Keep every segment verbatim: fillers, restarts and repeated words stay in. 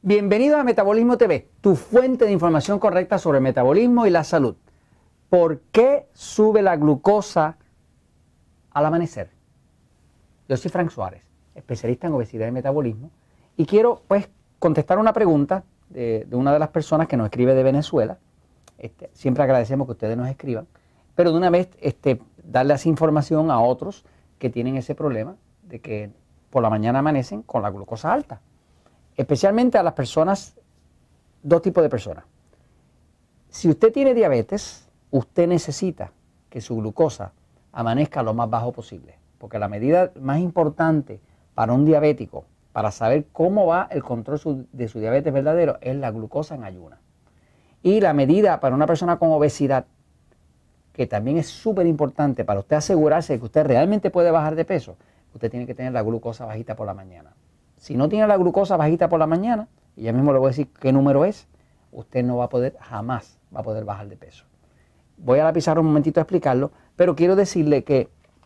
Bienvenido a Metabolismo T V, tu fuente de información correcta sobre el metabolismo y la salud. ¿Por qué sube la glucosa al amanecer? Yo soy Frank Suárez, especialista en obesidad y metabolismo, y quiero pues contestar una pregunta de, de una de las personas que nos escribe de Venezuela. Este, siempre agradecemos que ustedes nos escriban, pero de una vez este, darle así información a otros que tienen ese problema de que por la mañana amanecen con la glucosa alta. Especialmente a las personas, dos tipos de personas. Si usted tiene diabetes, usted necesita que su glucosa amanezca lo más bajo posible, porque la medida más importante para un diabético, para saber cómo va el control de su diabetes verdadero, es la glucosa en ayunas. Y la medida para una persona con obesidad, que también es súper importante para usted asegurarse de que usted realmente puede bajar de peso, usted tiene que tener la glucosa bajita por la mañana. Si no tiene la glucosa bajita por la mañana, y ya mismo le voy a decir qué número es, usted no va a poder, jamás va a poder bajar de peso. Voy a la pizarra un momentito a explicarlo, pero quiero decirle que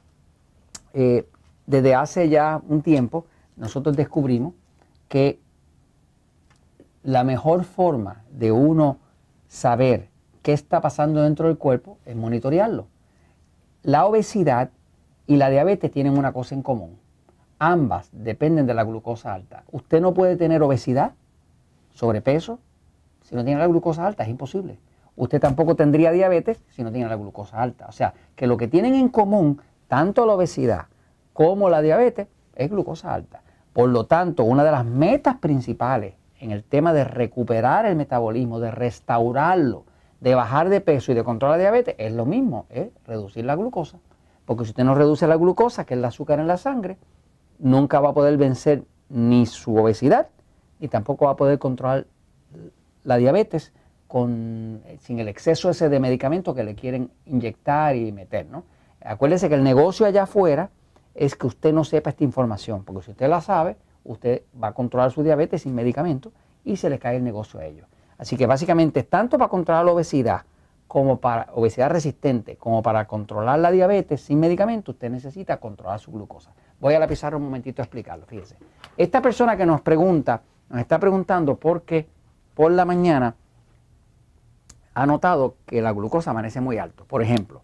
eh, desde hace ya un tiempo nosotros descubrimos que la mejor forma de uno saber qué está pasando dentro del cuerpo es monitorearlo. La obesidad y la diabetes tienen una cosa en común. Ambas dependen de la glucosa alta. Usted no puede tener obesidad, sobrepeso, si no tiene la glucosa alta, es imposible. Usted tampoco tendría diabetes si no tiene la glucosa alta. O sea, que lo que tienen en común, tanto la obesidad como la diabetes, es glucosa alta. Por lo tanto, una de las metas principales en el tema de recuperar el metabolismo, de restaurarlo, de bajar de peso y de controlar la diabetes, es lo mismo, es reducir la glucosa. Porque si usted no reduce la glucosa, que es el azúcar en la sangre, nunca va a poder vencer ni su obesidad, ni tampoco va a poder controlar la diabetes con, sin el exceso ese de medicamentos que le quieren inyectar y meter, ¿no? Acuérdese que el negocio allá afuera es que usted no sepa esta información, porque si usted la sabe, usted va a controlar su diabetes sin medicamentos y se le cae el negocio a ellos. Así que básicamente, tanto para controlar la obesidad, como para obesidad resistente, como para controlar la diabetes sin medicamentos, usted necesita controlar su glucosa. Voy a la pizarra un momentito a explicarlo, fíjese. Esta persona que nos pregunta, nos está preguntando por qué por la mañana ha notado que la glucosa amanece muy alto. Por ejemplo,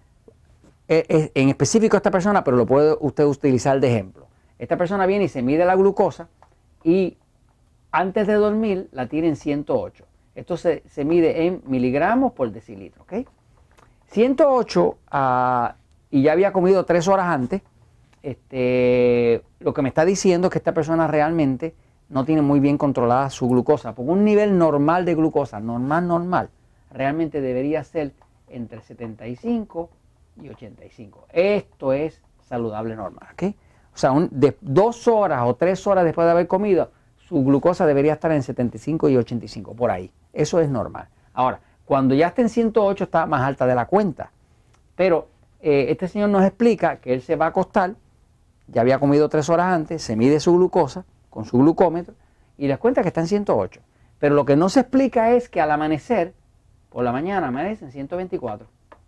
en específico esta persona, pero lo puede usted utilizar de ejemplo. Esta persona viene y se mide la glucosa y antes de dormir la tiene en ciento ocho. Esto se, se mide en miligramos por decilitro, ¿ok? ciento ocho uh, y ya había comido tres horas antes. Este, lo que me está diciendo es que esta persona realmente no tiene muy bien controlada su glucosa, porque un nivel normal de glucosa, normal, normal, realmente debería ser entre setenta y cinco y ochenta y cinco. Esto es saludable normal, ¿ok? O sea, un, de dos horas o tres horas después de haber comido, su glucosa debería estar en setenta y cinco y ochenta y cinco, por ahí. Eso es normal. Ahora, cuando ya está en ciento ocho está más alta de la cuenta. Pero eh, este señor nos explica que él se va a acostar, ya había comido tres horas antes, se mide su glucosa con su glucómetro y les cuenta que está en ciento ocho. Pero lo que no se explica es que al amanecer, por la mañana, amanece en ciento veinticuatro.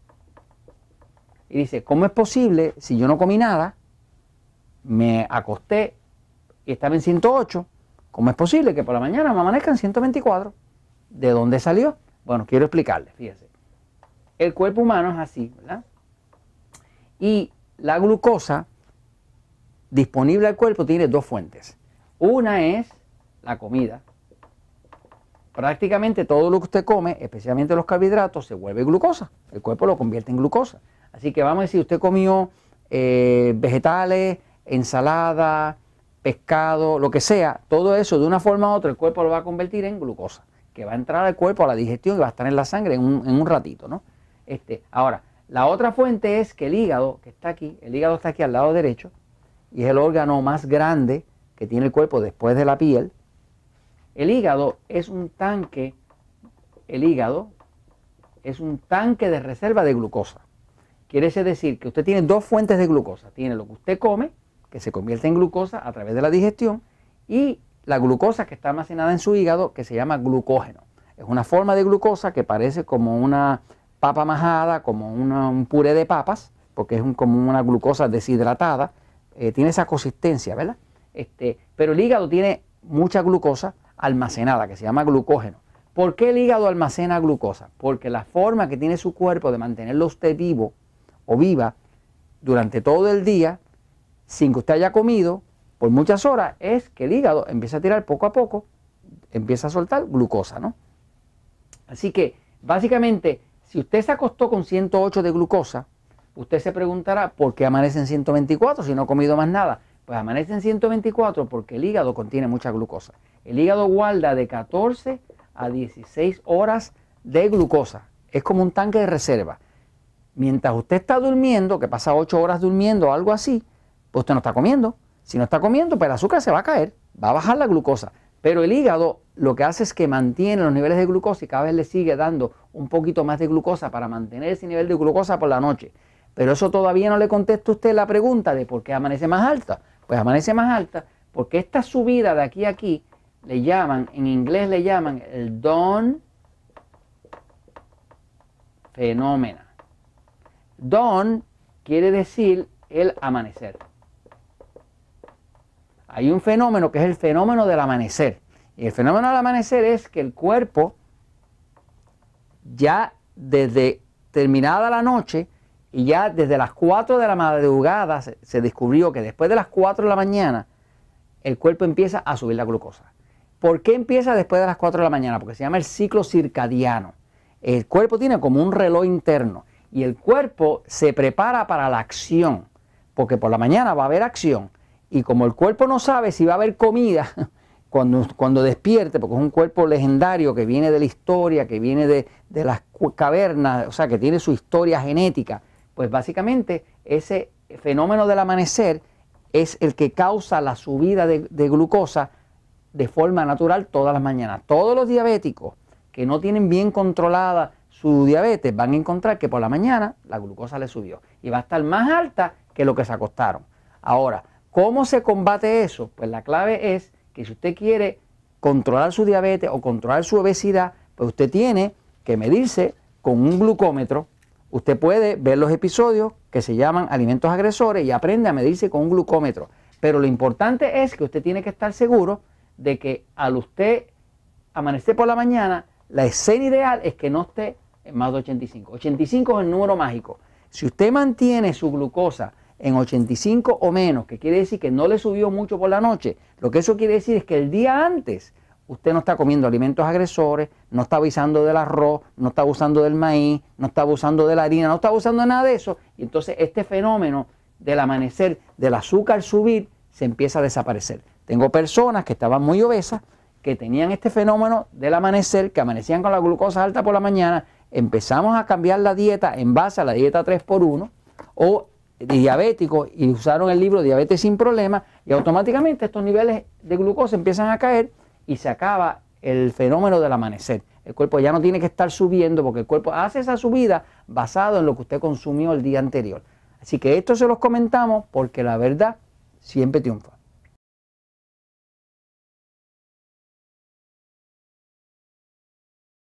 Y dice, ¿cómo es posible si yo no comí nada, me acosté y estaba en ciento ocho? ¿Cómo es posible que por la mañana me amanezca en ciento veinticuatro? ¿De dónde salió? Bueno, quiero explicarle, fíjese. El cuerpo humano es así, ¿verdad? Y la glucosa disponible al cuerpo tiene dos fuentes. Una es la comida. Prácticamente todo lo que usted come, especialmente los carbohidratos, se vuelve glucosa. El cuerpo lo convierte en glucosa. Así que vamos a decir, usted comió eh, vegetales, ensalada, pescado, lo que sea, todo eso de una forma u otra el cuerpo lo va a convertir en glucosa, que va a entrar al cuerpo a la digestión y va a estar en la sangre en un, en un ratito, ¿no? Este, ahora, la otra fuente es que el hígado, que está aquí, el hígado está aquí al lado derecho, y es el órgano más grande que tiene el cuerpo después de la piel. El hígado es un tanque, el hígado es un tanque de reserva de glucosa. Quiere decir que usted tiene dos fuentes de glucosa. Tiene lo que usted come, que se convierte en glucosa a través de la digestión, y la glucosa que está almacenada en su hígado, que se llama glucógeno. Es una forma de glucosa que parece como una papa majada, como una, un puré de papas, porque es un, como una glucosa deshidratada, eh, tiene esa consistencia, ¿verdad? Este, pero el hígado tiene mucha glucosa almacenada, que se llama glucógeno. ¿Por qué el hígado almacena glucosa? Porque la forma que tiene su cuerpo de mantenerlo usted vivo o viva durante todo el día, sin que usted haya comido, por muchas horas, es que el hígado empieza a tirar poco a poco, empieza a soltar glucosa, ¿no? Así que, básicamente, si usted se acostó con ciento ocho de glucosa, usted se preguntará por qué amanece en ciento veinticuatro si no ha comido más nada. Pues amanece en ciento veinticuatro porque el hígado contiene mucha glucosa. El hígado guarda de catorce a dieciséis horas de glucosa. Es como un tanque de reserva. Mientras usted está durmiendo, que pasa ocho horas durmiendo o algo así, pues usted no está comiendo. Si no está comiendo, pues el azúcar se va a caer, va a bajar la glucosa. Pero el hígado lo que hace es que mantiene los niveles de glucosa y cada vez le sigue dando un poquito más de glucosa para mantener ese nivel de glucosa por la noche. Pero eso todavía no le contesta a usted la pregunta de por qué amanece más alta. Pues amanece más alta porque esta subida de aquí a aquí le llaman, en inglés le llaman el dawn fenómeno. Dawn quiere decir el amanecer. Hay un fenómeno que es el fenómeno del amanecer. Y el fenómeno del amanecer es que el cuerpo, ya desde terminada la noche y ya desde las cuatro de la madrugada, se, se descubrió que después de las cuatro de la mañana, el cuerpo empieza a subir la glucosa. ¿Por qué empieza después de las cuatro de la mañana? Porque se llama el ciclo circadiano. El cuerpo tiene como un reloj interno y el cuerpo se prepara para la acción, porque por la mañana va a haber acción. Y como el cuerpo no sabe si va a haber comida cuando, cuando despierte, porque es un cuerpo legendario que viene de la historia, que viene de, de las cavernas, o sea, que tiene su historia genética, pues básicamente ese fenómeno del amanecer es el que causa la subida de, de glucosa de forma natural todas las mañanas. Todos los diabéticos que no tienen bien controlada su diabetes van a encontrar que por la mañana la glucosa le subió y va a estar más alta que lo que se acostaron. Ahora, ¿cómo se combate eso? Pues la clave es que si usted quiere controlar su diabetes o controlar su obesidad, pues usted tiene que medirse con un glucómetro. Usted puede ver los episodios que se llaman alimentos agresores y aprende a medirse con un glucómetro. Pero lo importante es que usted tiene que estar seguro de que al usted amanecer por la mañana, la escena ideal es que no esté en más de ochenta y cinco. ochenta y cinco es el número mágico. Si usted mantiene su glucosa en ochenta y cinco o menos, que quiere decir que no le subió mucho por la noche, lo que eso quiere decir es que el día antes usted no está comiendo alimentos agresores, no está abusando del arroz, no está abusando del maíz, no está abusando de la harina, no está abusando de nada de eso. Y entonces este fenómeno del amanecer, del azúcar subir, se empieza a desaparecer. Tengo personas que estaban muy obesas, que tenían este fenómeno del amanecer, que amanecían con la glucosa alta por la mañana. Empezamos a cambiar la dieta en base a la dieta tres por uno o diabéticos y usaron el libro Diabetes sin Problemas y automáticamente estos niveles de glucosa empiezan a caer y se acaba el fenómeno del amanecer. El cuerpo ya no tiene que estar subiendo porque el cuerpo hace esa subida basado en lo que usted consumió el día anterior. Así que esto se los comentamos porque la verdad siempre triunfa.